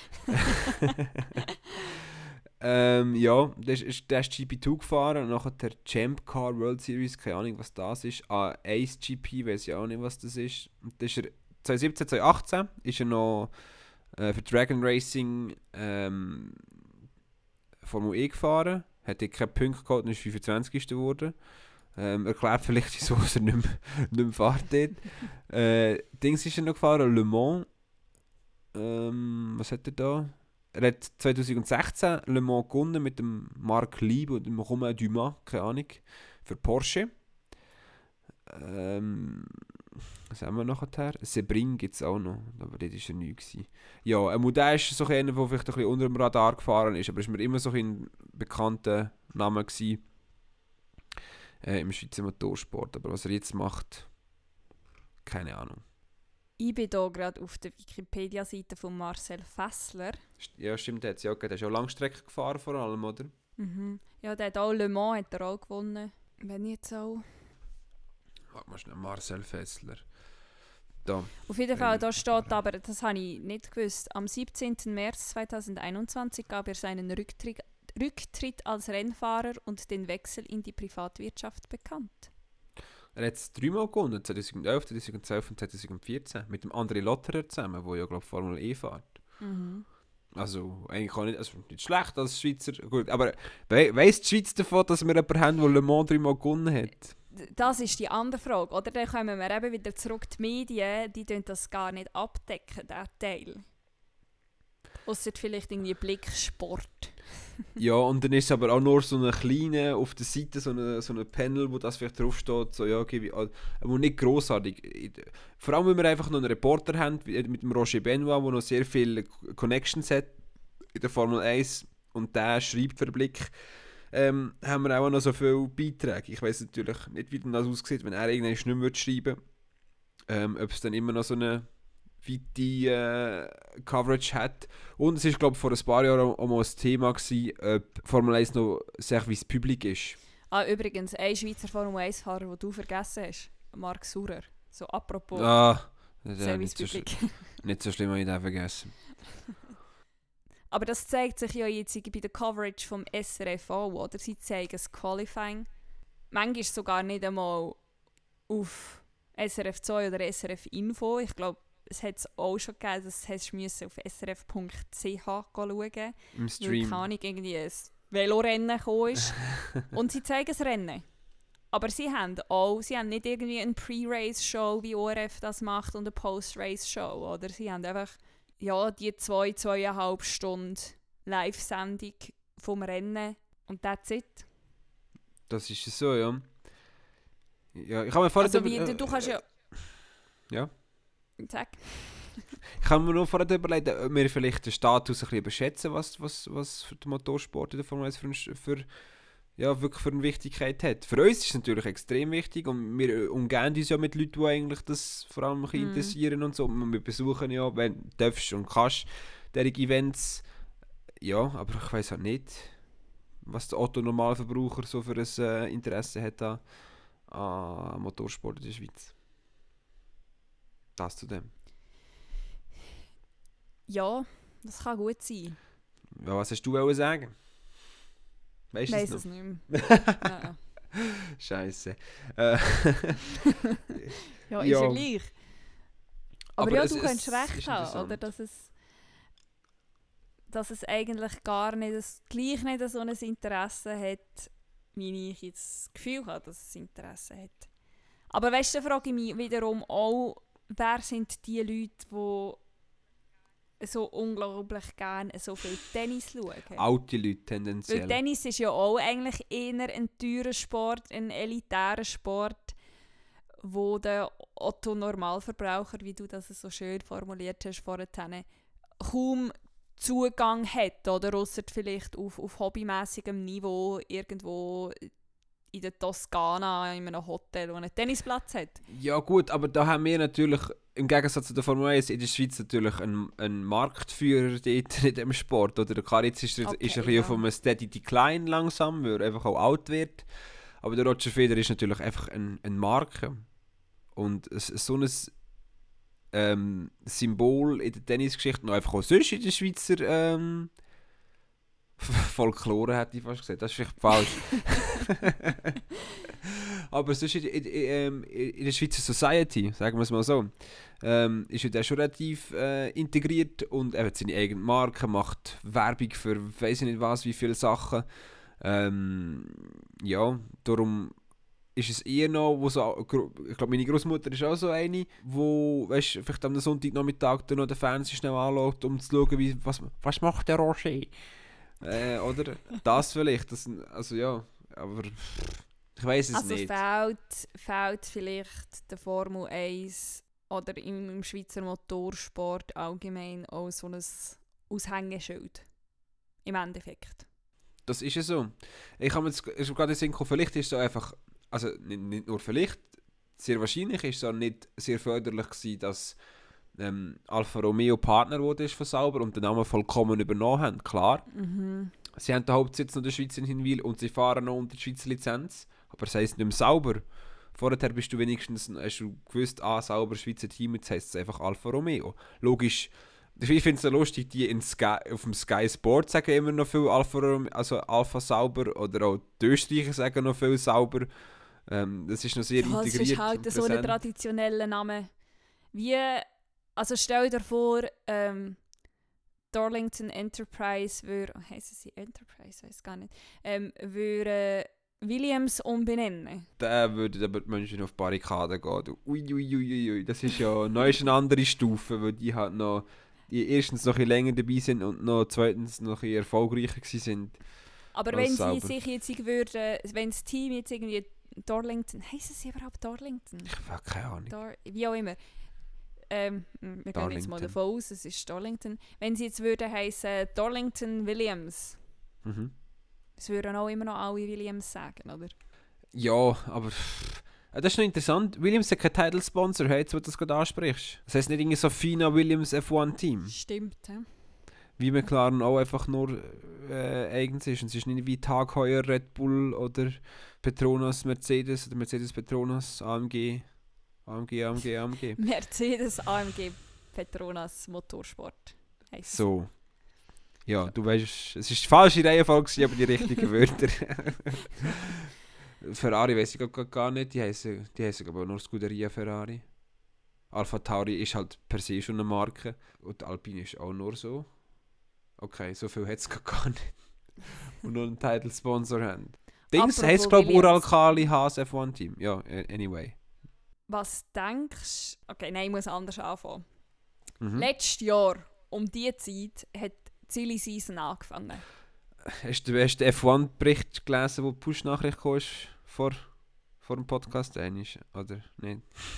ähm, ja, der ist, ist, der ist G P zwei gefahren und nachher der Champ Car World Series, keine Ahnung was das ist. Ah, Ace G P, weiß ich auch nicht was das ist. Und das ist er zwanzig siebzehn, zwanzig achtzehn ist er noch äh, für Dragon Racing ähm, Formel E gefahren. Hat er keine Punkte gehabt und ist fünfundzwanzigster geworden. Ähm, erklärt vielleicht, wieso er nicht mehr, nicht mehr fährt dort. Äh, Dings ist er noch gefahren, Le Mans. Ähm, was hat er da? Er hat zwanzig sechzehn Le Mans gewonnen mit dem Marc Lieb und dem Romain Dumas, keine Ahnung, für Porsche. Ähm, was haben wir nachher? Sebring gibt es auch noch, aber das war er nie gewesen. Ja, ein Modell ist so einer, der vielleicht ein bisschen unter dem Radar gefahren ist, aber es war mir immer so ein bekannter Name gewesen, äh, im Schweizer Motorsport. Aber was er jetzt macht, keine Ahnung. Ich bin hier gerade auf der Wikipedia-Seite von Marcel Fessler. St- Ja, stimmt, der hat ja auch gegeben. Der ist auch Langstrecke gefahren vor allem, oder? Mhm. Ja, der hat auch Le Mans hat er auch gewonnen. Wenn jetzt auch. Warte mal schnell, Marcel Fessler. Da. Auf jeden Fall, da Rennen steht gefahren. aber, das habe ich nicht gewusst, am siebzehnten März zweitausendeinundzwanzig gab er seinen Rücktritt, Rücktritt als Rennfahrer und den Wechsel in die Privatwirtschaft bekannt. Er hat es dreimal gewonnen, zweitausendelf, zweitausendzwölf und zweitausendvierzehn. Mit dem André Lotterer zusammen, der ja, glaube ich, Formel E fährt. Mhm. Also, eigentlich auch nicht, also nicht schlecht als Schweizer. Gut, aber we weiss die Schweiz davon, dass wir jemanden haben, der Le Mans dreimal gewonnen hat? D- Das ist die andere Frage. Oder dann kommen wir eben wieder zurück. Die Medien, die tun das gar nicht abdecken, diesen Teil. Ausser vielleicht irgendwie Blicksport. Ja, und dann ist es aber auch nur so eine kleine, auf der Seite so eine, so eine Panel, wo das vielleicht draufsteht, so ja, okay, wie, aber nicht grossartig. Vor allem, wenn wir einfach noch einen Reporter haben, wie- mit dem Roger Benoit, der noch sehr viele Connections hat in der Formel eins und der schreibt für den Blick, ähm, haben wir auch noch so viele Beiträge. Ich weiß natürlich nicht, wie denn das aussieht, wenn er irgendwann nicht mehr schreiben würde, ähm, ob es dann immer noch so eine weite äh, Coverage hat. Und es war, glaube ich, vor ein paar Jahren auch mal ein Thema gewesen, ob Formel eins noch Service Public ist. Ah, übrigens, ein Schweizer Formel eins-Fahrer, den du vergessen hast. Marc Surer. So apropos Ah, das ist ja Service nicht so, Public. sch- nicht so schlimm, habe ich den vergessen. Aber das zeigt sich ja jetzt bei der Coverage vom S R F auch, oder? Sie zeigen das Qualifying. Manchmal sogar nicht einmal auf S R F zwei oder S R F Info. Ich glaube, es hat es auch schon gegeben, dass du auf s r f punkt c h schauen musst. Im Weil, Stream. keine Ahnung, irgendwie ein Velorennen gekommen ist. Und sie zeigen das Rennen. Aber sie haben auch, sie haben nicht irgendwie eine Pre-Race-Show, wie O R F das macht, und eine Post-Race-Show. Oder sie haben einfach ja, die zwei, zweieinhalb Stunden Live-Sendung vom Rennen und that's it. Das ist so, ja. Ja, ich habe mir vorher... Also wie, über, du, du kannst ja... Ja. Sag. Ich habe mir nur vorher überlegt, ob wir vielleicht den Status ein bisschen überschätzen, was, was, was für den Motorsport in der Formel eins für, für, ja, wirklich für eine Wichtigkeit hat. Für uns ist es natürlich extrem wichtig und wir umgehen uns ja mit Leuten, die eigentlich das vor allem ein bisschen Mm. interessieren und so. Und wir besuchen ja, wenn du darfst und kannst, derige Events. Ja, aber ich weiss halt nicht, was der Otto-Normalverbraucher so für ein äh, Interesse hat an, an Motorsport in der Schweiz. Das zu dem. Ja, das kann gut sein. Ja, was hast du wollen sagen? Weißt Ich du weiss es es noch? nicht mehr. Nein. Scheiße. Äh, Ja, ist Ja. ja gleich. Aber, Aber ja, es- du es könntest ist recht haben, interessant. oder? Dass es, dass es eigentlich gar nicht, das, gleich nicht so ein Interesse hat, wie ich jetzt das Gefühl habe, dass es Interesse hat. Aber weißt du, da frage ich mich wiederum auch, wer sind die Leute, die so unglaublich gerne so viel Tennis schauen? Alte Leute Weil tendenziell. Tennis ist ja auch eigentlich eher ein teurer Sport, ein elitärer Sport, wo der Otto-Normalverbraucher, wie du das so schön formuliert hast vorhin, kaum Zugang hat, oder ausser vielleicht auf, auf hobbymäßigem Niveau irgendwo in der Toskana in einem Hotel, wo einen Tennisplatz hat. Ja gut, aber da haben wir natürlich, im Gegensatz zu der Formel eins, in der Schweiz natürlich einen, einen Marktführer dort in diesem Sport. Oder der Karitz ist, er- Okay, ist ein bisschen ja. auf einem Steady Decline langsam, weil er einfach auch alt wird. Aber der Roger Federer ist natürlich einfach ein, eine Marke. Und es- so ein ähm, Symbol in der Tennisgeschichte und einfach auch sonst in der Schweizer ähm, Folklore, hätte ich fast gesagt. Das ist vielleicht falsch. Aber sonst in, in, in, in der Schweizer Society, sagen wir es mal so, ähm, ist ja der schon relativ äh, integriert und er hat seine eigene Marke, macht Werbung für weiss ich nicht was, wie viele Sachen. Ähm, ja, darum ist es eher noch, wo so, ich glaube meine Großmutter ist auch so eine, wo, weißt, vielleicht am Sonntagnachmittag dann noch den Fernseher schnell anschaut, um zu schauen, wie, was, was macht der Roger? Äh, oder das vielleicht, das, also ja, aber ich weiß es Also nicht. fehlt, fehlt vielleicht der Formel eins oder im, im Schweizer Motorsport allgemein auch so ein Aushängeschild. Im Endeffekt. Das ist ja so. Ich habe jetzt ist gerade in den Sinn gekommen, vielleicht ist es so einfach, also nicht, nicht nur vielleicht, sehr wahrscheinlich ist es auch nicht sehr förderlich gewesen, dass ähm, Alfa Romeo Partner wurde ist von Sauber und den Namen vollkommen übernommen haben, klar. Mhm. Sie haben den Hauptsitz noch in der Schweiz in Hinwil und sie fahren noch unter die Schweizer Lizenz, aber es heisst nicht mehr Sauber. Vorher bist du wenigstens, hast du gewusst, ah, Sauber, Schweizer Team, jetzt heisst es einfach Alfa Romeo. Logisch, ich finde es so lustig, die in Sky, auf dem Sky Sport sagen immer noch viel Alfa, Romeo, also Alfa Sauber, oder auch die Österreicher sagen noch viel Sauber. Ähm, das ist noch sehr Ja, es integriert. ist halt und so ein präsent. traditioneller Name. Wie, also stell dir vor, ähm, Darlington Enterprise würde, oh, heissen sie Enterprise, weiß gar nicht, ähm, würde Williams umbenennen. Da würden aber die Menschen auf die Barrikaden gehen. Uiuiuiui, ui, ui, ui. Das ist ja noch ist eine andere Stufe, weil die halt noch, die erstens noch ein bisschen länger dabei sind und noch zweitens noch ein bisschen erfolgreicher gewesen sind. Aber als wenn sie Sauber. sich jetzt würden, wenn das Team jetzt irgendwie Darlington, heissen sie überhaupt Darlington? Ich habe keine Ahnung. Dar wie auch immer. Ähm, wir gehen jetzt mal Darlington. davon aus, es ist Darlington. Wenn sie jetzt würden heissen Darlington Williams, Mhm. es würden auch immer noch alle Williams sagen, oder? Ja, aber pff, äh, das ist noch interessant. Williams hat keinen Title-Sponsor, hey, jetzt, wo du das gerade ansprichst. Das heisst nicht irgendwie so Fina Williams F eins Team. Stimmt, ja. Wie McLaren auch einfach nur äh, eigens ist. Und es ist nicht wie Tag Heuer, Red Bull oder Petronas Mercedes oder Mercedes Petronas, A M G, A M G, A M G, A M G. Mercedes A M G Petronas Motorsport heisst es. So. Ja, du weißt, es ist die falsche Reihenfolge, gewesen, aber die richtigen Wörter. Ferrari weiss ich gar, gar nicht, die heißen die heissen aber nur Scuderia Ferrari. Alpha Tauri ist halt per se schon eine Marke und Alpine ist auch nur so. Okay, so viel hat es gar nicht. und noch einen Title-Sponsor haben. Dings Apropos heisst, glaube ich, Williams. Uralkali Haas F eins Team. Ja, äh, anyway. Was denkst du? Okay, nein, ich muss anders anfangen. Mhm. Letztes Jahr, um diese Zeit, hat die Silly Season angefangen. Hast du, hast du den F eins Bericht gelesen, wo die Push-Nachricht kam vor, vor dem Podcast? Einmal, oder nicht?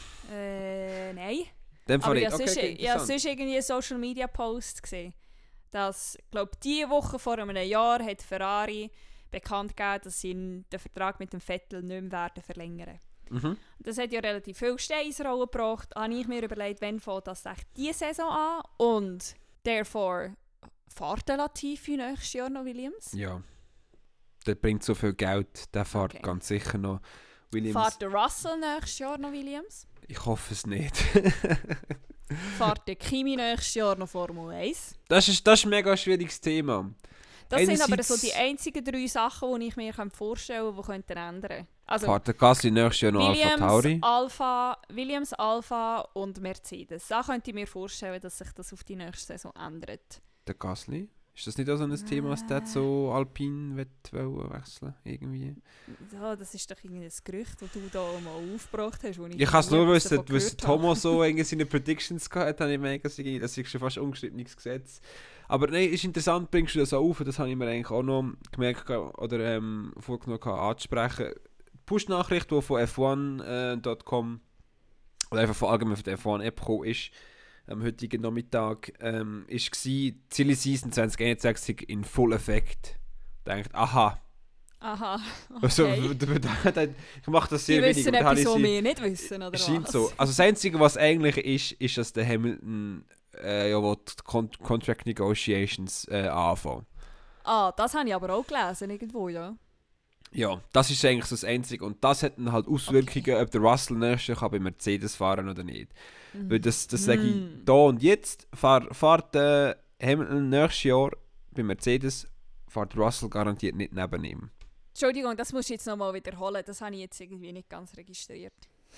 Äh, nein. Dem Aber Fall ich nicht. habe Okay, sonst, okay, ich habe interessant. sonst irgendwie einen Social Media Post gesehen, dass, glaube ich, diese Woche vor einem Jahr hat Ferrari bekannt gegeben, dass sie den Vertrag mit dem Vettel nicht mehr werden verlängern. Mhm. Das hat ja relativ viel Steine ins Rollen gebracht. Da habe ich mir überlegt, wann fängt das echt diese Saison an? Und therefore fährt der Latifi nächstes Jahr noch Williams? Ja. Der bringt so viel Geld, der fährt Okay. ganz sicher noch Williams. Fährt der Russell nächstes Jahr noch Williams? Ich hoffe es nicht. Fährt der Kimi nächstes Jahr noch Formel eins? Das ist, das ist ein mega schwieriges Thema. Das sind aber Einerseits- so die einzigen drei Sachen, die ich mir vorstellen kann, die könnten ändern. Also Fährt der Gasly nächstes Jahr noch Alpha Williams, Tauri? Alpha, Williams, Alpha und Mercedes. Da könnte ich mir vorstellen, dass sich das auf die nächste Saison ändert. Der Gasly? Ist das nicht auch so ein Thema, dass der so Alpine will wechseln irgendwie? Ja, das ist doch irgendwie ein Gerücht, das du da mal aufgebracht hast. wo Ich kann es nur nie etwas wissen, davon weil gehört Thomas so irgendwie seine Predictions gehabt hat, habe ich mega das ist schon fast ungeschriebenes Gesetz. Aber nein, ist interessant, bringst du das auch auf, das habe ich mir eigentlich auch noch gemerkt oder ähm, vorgenommen anzusprechen. Die Push-Nachricht, die von F eins Punkt com oder einfach von allgemein von der F eins App gekommen ist, am heutigen Nachmittag, ähm, ist gsi, Silly Season zwanzig einundzwanzig in Full Effekt. Denkt, aha. Aha, okay. Also, ich mache das sehr Die wenig. wissen und da habe etwas, ich was sie- wir nicht wissen, oder Scheint was? so. Also das Einzige, was eigentlich ist, ist, dass der Hamilton äh, ja, will die Con Contract Negotiations äh, anfangen. Ah, das habe ich aber auch gelesen, irgendwo, ja. Ja, das ist eigentlich so das Einzige. Und das hat dann halt Auswirkungen, ob der Russell nächstes Jahr kann bei Mercedes fahren oder nicht. Mhm. Weil das, das sage ich Mm. da und jetzt. Fahr, fährt äh, Hamilton nächstes Jahr bei Mercedes, fährt Russell garantiert nicht neben ihm. Entschuldigung, das musst du jetzt nochmal wiederholen. Das habe ich jetzt irgendwie nicht ganz registriert.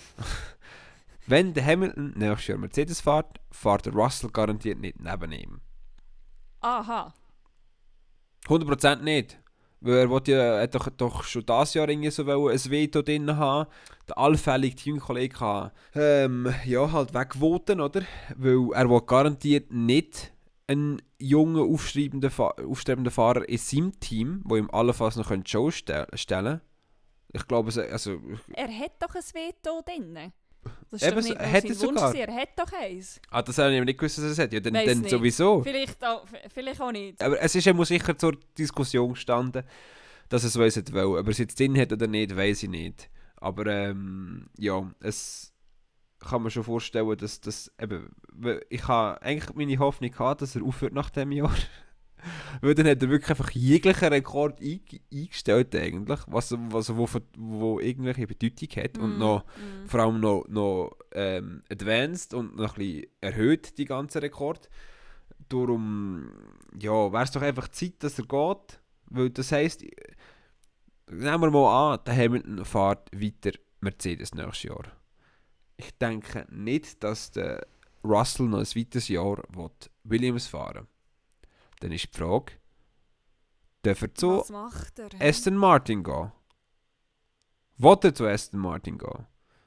Wenn der Hamilton nächstes Jahr Mercedes fährt, fährt der Russell garantiert nicht neben ihm. Aha. hundert Prozent nicht. Weil er wollte ja, er hat doch, doch schon dieses Jahr irgendwie so wollen, ein Veto drin haben. Der allfällige Teamkollege kann ähm, ja, halt wegvoten, oder? Weil er will garantiert nicht einen jungen, aufstrebenden, Fa aufstrebenden Fahrer in seinem Team, der ihm allenfalls noch die Show ste stellen. Ich glaube, es- also... Er hat doch ein Veto drin. Das Eben, ist doch nicht nur hat sein er Wunsch, sogar? gewesen, er hat doch eins. Ah, das habe ich nicht gewusst, dass er es hat. Ja, dann, Weiss dann nicht. sowieso. Vielleicht auch, vielleicht auch nicht. Aber es ist ja sicher zur Diskussion gestanden, dass es weiss nicht will. Aber es jetzt drin hat oder nicht, weiß ich nicht. Aber ähm, ja, es kann man schon vorstellen, dass das eben, weil ich habe eigentlich meine Hoffnung gehabt, dass er aufhört nach dem Jahr. Weil dann hat er wirklich einfach jeglichen Rekord ein, eingestellt eigentlich, was, was wo, wo irgendwelche Bedeutung hat und Mm, noch mm. vor allem noch, noch ähm, advanced und noch ein bisschen erhöht, die ganzen Rekord. Darum ja, wäre es doch einfach Zeit, dass er geht. Weil das heisst, nehmen wir mal an, der Hamilton fährt weiter Mercedes nächstes Jahr. Ich denke nicht, dass der Russell noch ein weiteres Jahr will Williams fahren. Dann ist die Frage, darf er zu Was macht er? Aston Martin gehen? Will er zu Aston Martin gehen?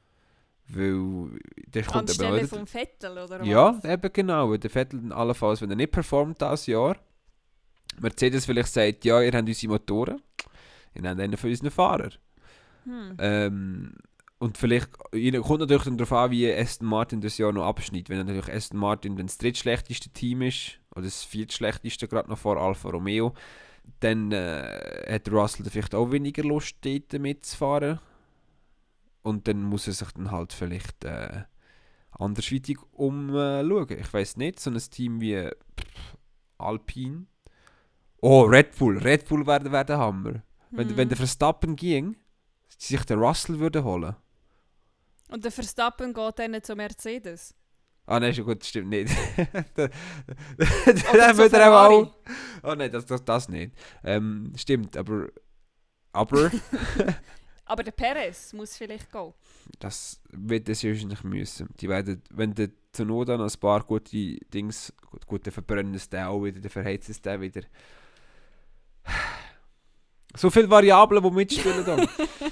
Weil der kommt eben Anstelle wieder- vom Vettel, oder Ja, was? eben genau. Weil der Vettel dann allenfalls, wenn er nicht performt dieses Jahr, Mercedes vielleicht sagt, ja, ihr habt unsere Motoren, ihr habt einen von unseren Fahrern. Hm. Ähm, und vielleicht je- kommt natürlich dann darauf an, wie Aston Martin das Jahr noch abschneidet. Wenn natürlich Aston Martin wenn das drittschlechteste Team ist, oder das viertschlechteste gerade noch vor Alfa Romeo, dann äh, hat Russell dann vielleicht auch weniger Lust, dort mitzufahren. Und dann muss er sich dann halt vielleicht äh, andersweitig umschauen. Ich weiß nicht, so ein Team wie pff, Alpine. Oh, Red Bull. Red Bull wäre wär der Hammer. Wenn, Hm. wenn der Verstappen ging, sich der Russell würde holen. Und der Verstappen geht dann zu Mercedes. Ah nein, schon gut, das stimmt nicht. Oder Dann zu würde er Ferrari. auch... Oh nein, das, das, das nicht. Ähm, stimmt, aber... Aber... Aber der Perez muss vielleicht gehen. das wird es wahrscheinlich müssen. Die werden, wenn der Tsunoda noch ein paar gute Dings... Gut, gut, dann verbrennen es den auch wieder, dann verheizen es den wieder. So viele Variablen, die mitspielen da.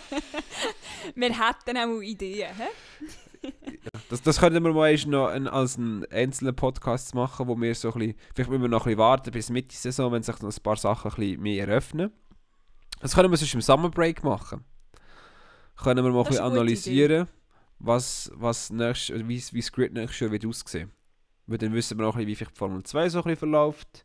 Wir hätten auch Ideen, hä? Das, das könnten wir mal erst noch ein, als einen einzelnen Podcast machen, wo wir so ein bisschen, vielleicht müssen wir noch ein bisschen warten bis Mitte der Saison, wenn sich noch ein paar Sachen ein bisschen mehr eröffnen. Das können wir sonst im Summer Break machen. Können wir mal ein bisschen analysieren, was, was nächst, wie, wie das Grid nächstes Jahr wird aussehen. Weil dann wissen wir auch ein bisschen, wie vielleicht die Formel zwei so ein bisschen verläuft.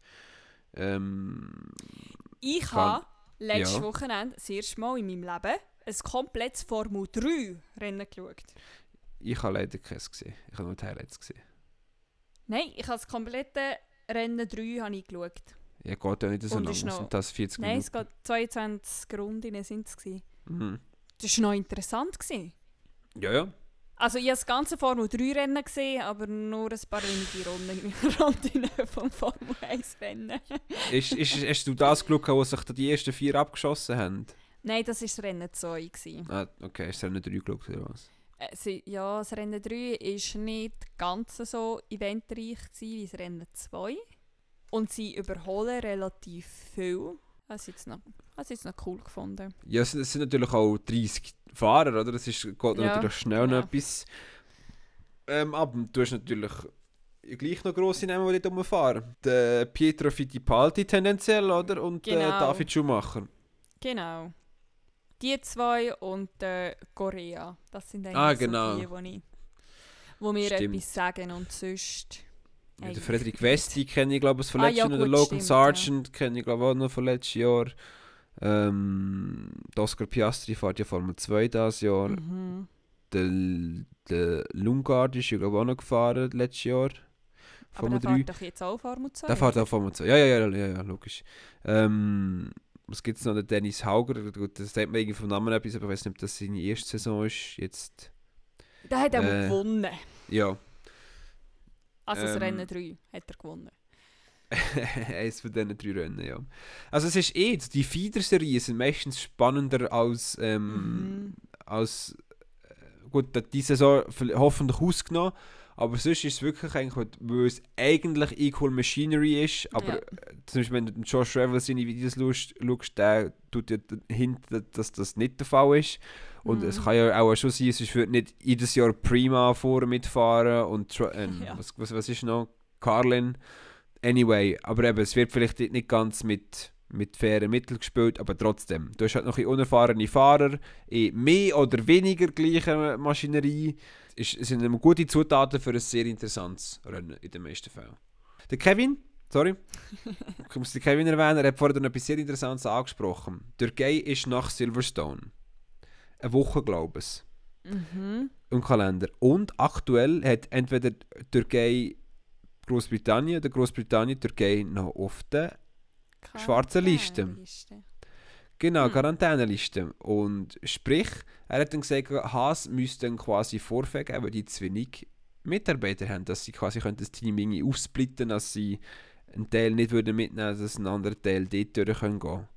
Ähm, ich habe letztes ja. Wochenende das erste Mal in meinem Leben ein komplettes Formel drei Rennen geschaut. Ich habe leider keins gesehen. Ich habe nur die Highlights gesehen. Nein, ich habe das komplette Rennen drei habe ich geschaut. Ja, geht ja nicht so lange. Sind das vierzig Nein, Minuten? Nein, es geht zweiundzwanzig Runden sind es. Mhm. Das war noch interessant. Ja, ja. Also ich habe das ganze Formel drei Rennen gesehen, aber nur ein paar wenige Runden, Runden vom Formel eins Rennen. ist, ist, hast du das geschaut, wo sich die ersten vier abgeschossen haben? Nein, das war das Rennen zwei. Ah, okay, hast du das Rennen drei geschaut oder was? Äh, sie, ja, das Rennen drei war nicht ganz so eventreich wie das Rennen zwei. Und sie überholen relativ viel. Das ist jetzt noch, das ist jetzt noch cool gefunden. Ja, es sind natürlich auch dreißig Fahrer, oder? Das ist, geht ja, natürlich schnell noch ja. etwas. Ähm, aber du hast natürlich gleich noch grosse Namen, die dort rumfahren. Der Pietro Fittipaldi tendenziell, oder? Und genau. der David Schumacher. Genau. Die zwei und äh, Korea. Das sind eigentlich ah, genau. so die, die, ich, wo mir stimmt. etwas sagen und sonst... Ja, der Frederik Westi kenne ich glaube ich von ah, letztes Jahr. Ja, der Logan stimmt, Sargent ja. kenne ich glaube auch noch von letztes Jahr. Ähm, Oscar Piastri fährt ja Formel zwei dieses Jahr. Mhm. Der, der Lundgaard ist ja glaube ich auch noch gefahren letztes Jahr. Formel Aber der fährt doch jetzt auch Formel zwei? Der fährt auch Formel zwei, ja, ja, ja, ja, ja logisch. Ähm, was gibt es noch? Der Dennis Hauger, das denkt man irgendwie vom Namen etwas, aber ich weiß nicht, ob das seine erste Saison ist. Jetzt, der hat auch äh, gewonnen. Ja. Also das ähm, Rennen drei hat er gewonnen. Eines von diesen drei Rennen, ja. Also es ist eh, die Feeder-Serien sind meistens spannender als, ähm, Mhm. als äh, gut, diese Saison hoffentlich ausgenommen, aber sonst ist es wirklich eigentlich, weil es eigentlich Equal Machinery ist, aber Ja. äh, zum Beispiel wenn du Josh Revel seine Videos schaust, der tut ja hinten, dass das nicht der Fall ist. Und Mhm. es kann ja auch schon sein, es wird nicht jedes Jahr Prima vorne mitfahren und äh, Ja. was, was, was ist noch? Carlin. Anyway, aber eben, es wird vielleicht nicht ganz mit, mit fairen Mitteln gespielt, aber trotzdem. Du hast halt noch ein unerfahrene Fahrer, in mehr oder weniger gleicher Maschinerie. Es sind immer gute Zutaten für ein sehr interessantes Rennen in den meisten Fällen. Der Kevin, sorry, ich muss den Kevin erwähnen, er hat vorhin noch etwas sehr Interessantes angesprochen. Die Türkei ist nach Silverstone. Eine Woche, glaube ich, Mhm. im Kalender. Und aktuell hat entweder die Türkei Großbritannien oder Großbritannien Türkei noch auf der schwarzen Liste. Genau, Hm. Quarantäneliste. Und sprich, er hat dann gesagt, Haas müsste dann quasi Vorfälle geben, weil die zu wenig Mitarbeiter haben, dass sie quasi können das Team irgendwie aufsplitten, dass sie einen Teil nicht würden mitnehmen, dass ein anderer Teil dort durch gehen können.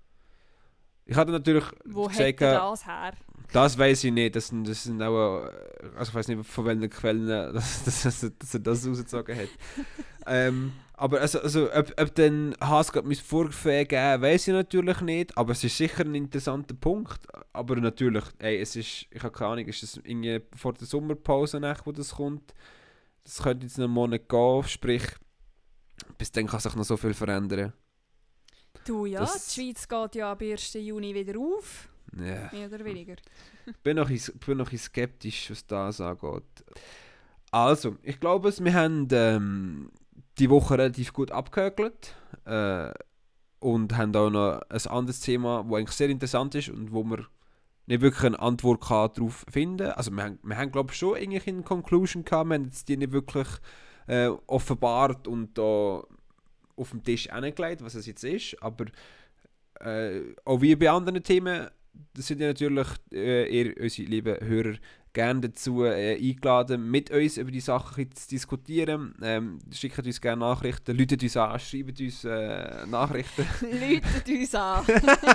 Ich hatte natürlich Wo gesagt, hat er das her? das weiß ich nicht, das sind, das sind auch, also ich weiß nicht von welchen Quellen dass, dass, dass, dass er das rausgezogen hat. ähm, aber also, also ob, ob dann Haas gerade mein Vorgefühl geben, weiß ich natürlich nicht, aber es ist sicher ein interessanter Punkt. Aber natürlich, ey, es ist, ich habe keine Ahnung, ist das irgendwie vor der Sommerpause, nach, wo das kommt? Das könnte jetzt noch einen Monat gehen, sprich, bis dann kann sich noch so viel verändern. Du ja, Das- die Schweiz geht ja am ersten Juni wieder auf, Ja. mehr oder weniger. Ich bin noch ein bisschen- bin noch ein bisschen skeptisch, was das angeht. Also, ich glaube, wir haben ähm, die Woche relativ gut abgehökelt äh, und haben auch noch ein anderes Thema, das eigentlich sehr interessant ist und wo wir nicht wirklich eine Antwort darauf finden. Also wir haben, wir haben glaube ich, schon eigentlich eine Conclusion gehabt, wir haben jetzt die nicht wirklich äh, offenbart und da auf dem Tisch hingelegt, was es jetzt ist, aber äh, auch wie bei anderen Themen, das sind ja natürlich äh, ihr, unsere lieben Hörer, gerne dazu äh, eingeladen, mit uns über die Sachen zu diskutieren. Ähm, schickt uns gerne Nachrichten, läutet uns an, schreibt uns äh, Nachrichten, Läutet uns an.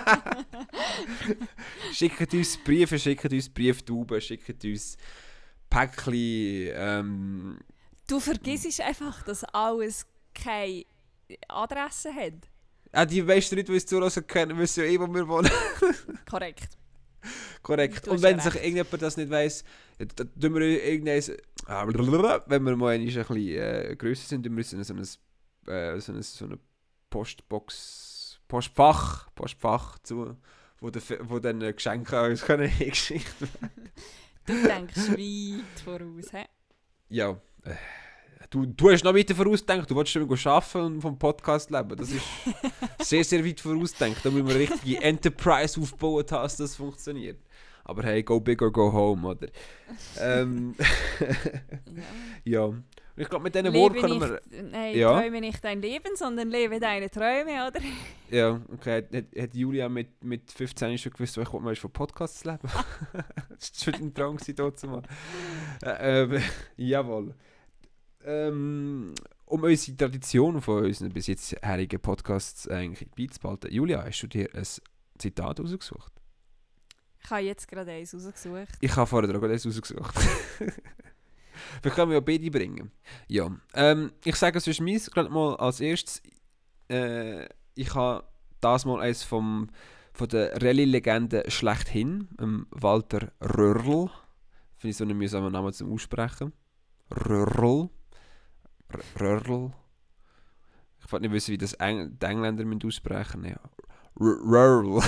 schickt uns Briefe, schickt uns Brieftauben, schickt uns Päckchen. Ähm, Du vergisst einfach, dass alles keine Adresse hat. Ah, die meisten Leute, die uns zuhören können, wissen ja eh, wo wir wohnen. Korrekt. Korrekt. Du Und hast wenn ja sich recht. irgendjemand das nicht weiss, dann tun wir irgendein... Ah, blablabla, wenn wir mal ein bisschen äh, grösser sind, tun wir uns in so ein, äh, so ein, so eine Postbox... Postfach... Postfach zu... Wo, der, wo dann äh, Geschenke an uns können eingeschickt werden. Du denkst weit voraus, hä? Ja. Äh, du, du hast noch weiter vorausgedacht. Du wolltest schon mal arbeiten und vom Podcast leben. Das ist sehr, sehr weit vorausgedacht. Da müssen wir eine richtige Enterprise aufbauen, dass das funktioniert. Aber hey, go big or go home, oder? ähm, Ja. ja. Und ich glaube, mit diesen Lebe Worten können wir... nicht, nein, Ja. träume nicht dein Leben, sondern lebe deine Träume, oder? Ja, okay. Hat, hat Julia mit, mit fünfzehn schon gewusst, was ich mal von Podcasts leben? Das war schon ein Traum dort mal. Äh, ähm, jawohl. Ähm, um unsere Tradition von unseren bis jetzt herigen Podcasts eigentlich beizubehalten. Julia, hast du dir ein Zitat rausgesucht? Ich habe jetzt gerade eins rausgesucht. Ich habe vorher auch eins rausgesucht. Wir können ja beide bringen. Ja, ähm, ich sage sonst meins gerade mal als erstes. Äh, ich habe das mal eins vom, von der Rallye-Legende schlechthin, ähm, Walter Röhrl. Finde ich so einen mühsamen Namen zum Aussprechen. Röhrl. R- Röhrl. Ich wollte nicht wissen, wie das Eng die Engländer müssen aussprechen. Ja. R- Röhrl.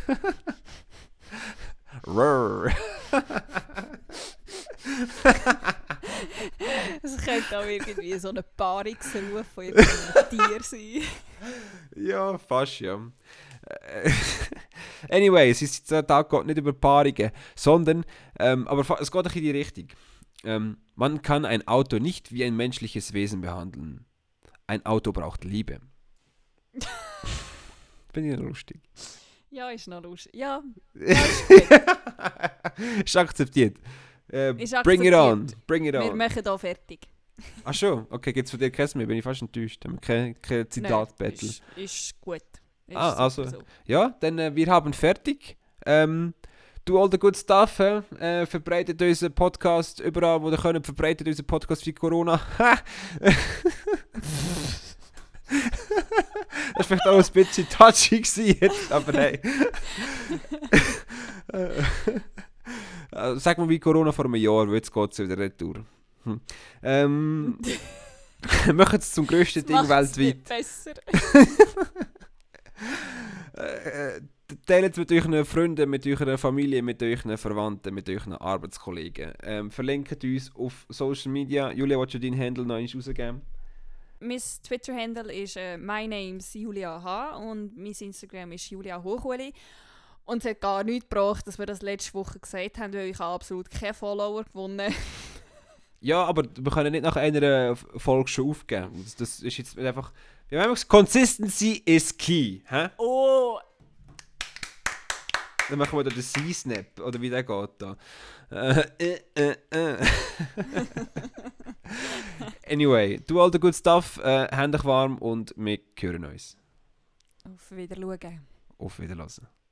Röhr. Es könnte auch irgendwie so ein Paarungsruf von irgendeinem Tier sein. Ja, fast, ja. Äh, anyway, es ist Tag geht nicht über Paarungen, sondern, ähm, aber fa- es geht auch in die Richtung. Ähm, man kann ein Auto nicht wie ein menschliches Wesen behandeln. Ein Auto braucht Liebe. Finde ich lustig. Ja, ist noch lustig. Ja, ist ist gut. Ist akzeptiert. Äh, Ist bring it on. akzeptiert. Bring it Wir on. machen hier fertig. Ach schon, okay, geht's von dir keins mehr? Bin ich fast enttäuscht. Haben wir kein, kein Zitat-Battle. Ist, ist gut. Ist Ah, super also- so. Ja, dann äh, wir haben fertig. Ähm, do all the good stuff. Äh, äh, verbreitet unseren Podcast überall, wo ihr könnt. Verbreitet unseren Podcast wie Corona. Das war vielleicht auch ein bisschen touchy gewesen jetzt, aber hey. Äh, Sag mal wie Corona vor einem Jahr, weil jetzt geht es wieder retour. Hm. Ähm, wir machen es zum grössten Ding Das macht's weltweit. nicht besser. Äh, teilt es mit euren Freunden, mit eurer Familie, mit euren Verwandten, mit euren Arbeitskollegen. Ähm, verlinkt uns auf Social Media. Julia, willst du deinen Handle noch einmal rausgeben? Mein Twitter-Handle ist äh, myname'sjuliah und mein Instagram ist Julia Hochuli. Und es hat gar nichts gebracht, dass wir das letzte Woche gesagt haben, weil ich habe absolut keine Follower gewonnen. Ja, aber wir können nicht nach einer Folge schon aufgeben. Das, das ist jetzt einfach... Wir haben einfach Consistency is key. Hä? Oh! Dann machen wir da den C-Snap, oder wie der geht da. Äh, äh, äh. Anyway, do all the good stuff, äh, Hände warm und wir hören uns. Auf Wiedersehen. Auf Wiedersehen.